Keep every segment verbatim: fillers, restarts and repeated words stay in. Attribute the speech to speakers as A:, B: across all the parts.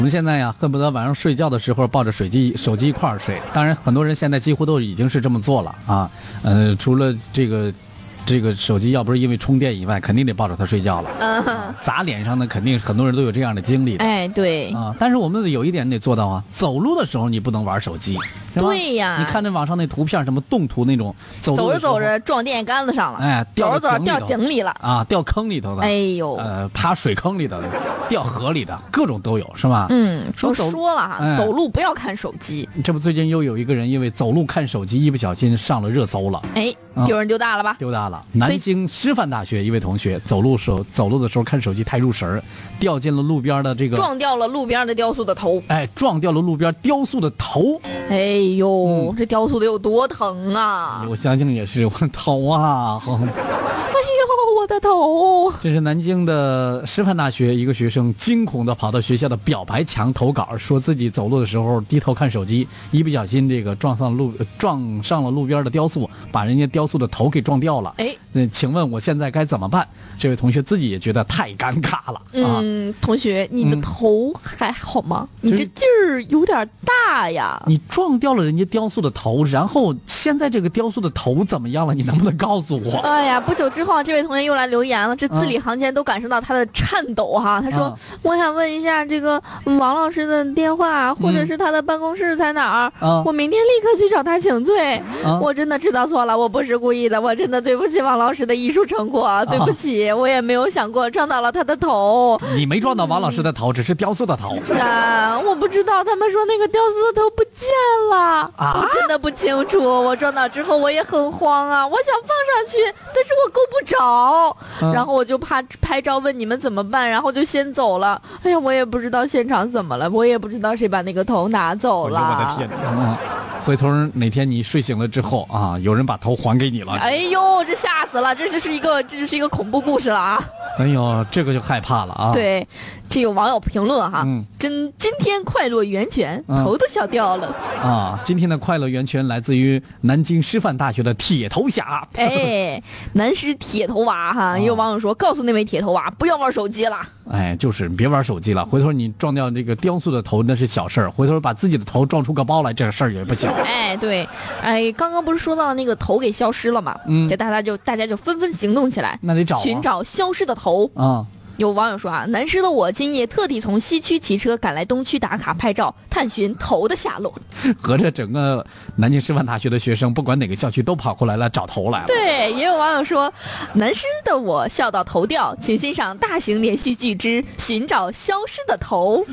A: 我们现在呀，恨不得晚上睡觉的时候抱着手机手机一块儿睡。当然，很多人现在几乎都已经是这么做了啊。呃，除了这个。这个手机要不是因为充电以外，肯定得抱着它睡觉了。嗯，砸脸上呢，肯定很多人都有这样的经历的。
B: 哎，对
A: 啊，但是我们有一点得做到啊，走路的时候你不能玩手机。
B: 对呀，
A: 你看那网上那图片，什么动图那种，走
B: 走着走着撞电线杆子上了，
A: 哎，
B: 掉走着走着掉井里了
A: 啊，掉坑里头的，
B: 哎呦，
A: 呃，爬水坑里的，掉河里的，各种都有，是吧？
B: 嗯，说说了哈，哎、走路不要看手机。
A: 这不最近又有一个人因为走路看手机，一不小心上了热搜了。
B: 哎，丢人丢大了吧？
A: 丢大了！南京师范大学一位同学走路时候走路的时候看手机太入神，掉进了路边的这个，
B: 撞掉了路边的雕塑的头。
A: 哎，撞掉了路边雕塑的头。
B: 哎呦，嗯、这雕塑得有多疼啊！
A: 我相信也是，我的头啊！哎
B: 呦，我的头！
A: 这是南京的师范大学一个学生惊恐地跑到学校的表白墙投稿，说自己走路的时候低头看手机，一不小心这个撞上路撞上了路边的雕塑，把人家雕塑的头给撞掉了。哎，那请问我现在该怎么办？这位同学自己也觉得太尴尬了。
B: 嗯，啊、同学，你的头还好吗？嗯、你这劲儿有点大呀！
A: 你撞掉了人家雕塑的头，然后现在这个雕塑的头怎么样了？你能不能告诉我？
B: 哎呀，不久之后，这位同学又来留言了，这字里行间都感受到他的颤抖哈。他说：“啊、我想问一下这个王老师的电话，或者是他的办公室在哪儿？嗯、我明天立刻去找他请罪。啊、我真的知道错了，我不是故意的，我真的对不起王老师的艺术成果，对不起，啊、我也没有想过撞到了他的头。
A: 你没撞到王老师的头，嗯、只是雕塑的头。
B: 啊，我不知道，他们说那个雕塑的头不见了，啊、我真的不清楚。我撞到之后我也很慌啊，我想放上去，但是我够不着。”然后我就怕拍照问你们怎么办，然后就先走了。哎呀，我也不知道现场怎么了，我也不知道谁把那个头拿走了。
A: 我的天哪！回头哪天你睡醒了之后啊，有人把头还给你了。
B: 哎呦，这吓死了！这就是一个这就是一个恐怖故事了啊！
A: 哎呦，这个就害怕了啊！
B: 对，这有网友评论哈，嗯、真今天快乐源泉，嗯、头都笑掉了
A: 啊！今天的快乐源泉来自于南京师范大学的铁头侠。
B: 哎，南师铁头娃哈，也有网友说，告诉那位铁头娃不要玩手机了。
A: 哎，就是别玩手机了，回头你撞掉这个雕塑的头那是小事儿，回头把自己的头撞出个包来，这个事儿也不小。
B: 哎，对，哎，刚刚不是说到那个头给消失了嘛？嗯，这大家就大家就纷纷行动起来，
A: 那得找、啊、
B: 寻找消失的头啊。有网友说啊，南师的我今夜特地从西区骑车赶来东区打卡拍照，探寻头的下落。
A: 合着整个南京师范大学的学生，不管哪个校区都跑过来了找头来了。
B: 对，也有网友说，南师的我笑到头掉，请欣赏大型连续剧之寻找消失的头。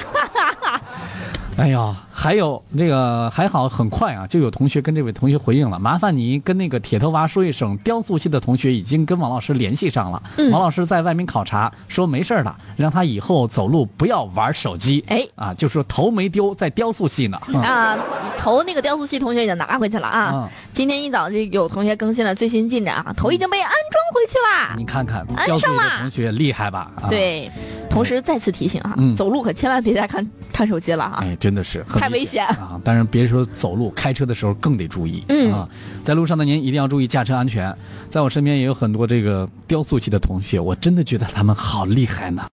A: 哎呀，还有这个还好，很快啊，就有同学跟这位同学回应了，麻烦你跟那个铁头娃说一声，雕塑系的同学已经跟王老师联系上了，嗯、王老师在外面考察，说没事的，让他以后走路不要玩手机。哎，啊，就说头没丢，在雕塑系呢。
B: 啊，头那个雕塑系同学已经拿回去了啊。嗯、今天一早就有同学更新了最新进展啊，头已经被安装回去啦。
A: 你看看，雕塑系的同学厉害吧？
B: 啊、对。同时再次提醒哈、啊，嗯、走路可千万别再看看手机了啊！
A: 哎，真的是
B: 太危险
A: 啊！当然，别说走路，开车的时候更得注意、嗯、啊！在路上的您一定要注意驾车安全。在我身边也有很多这个雕塑系的同学，我真的觉得他们好厉害呢。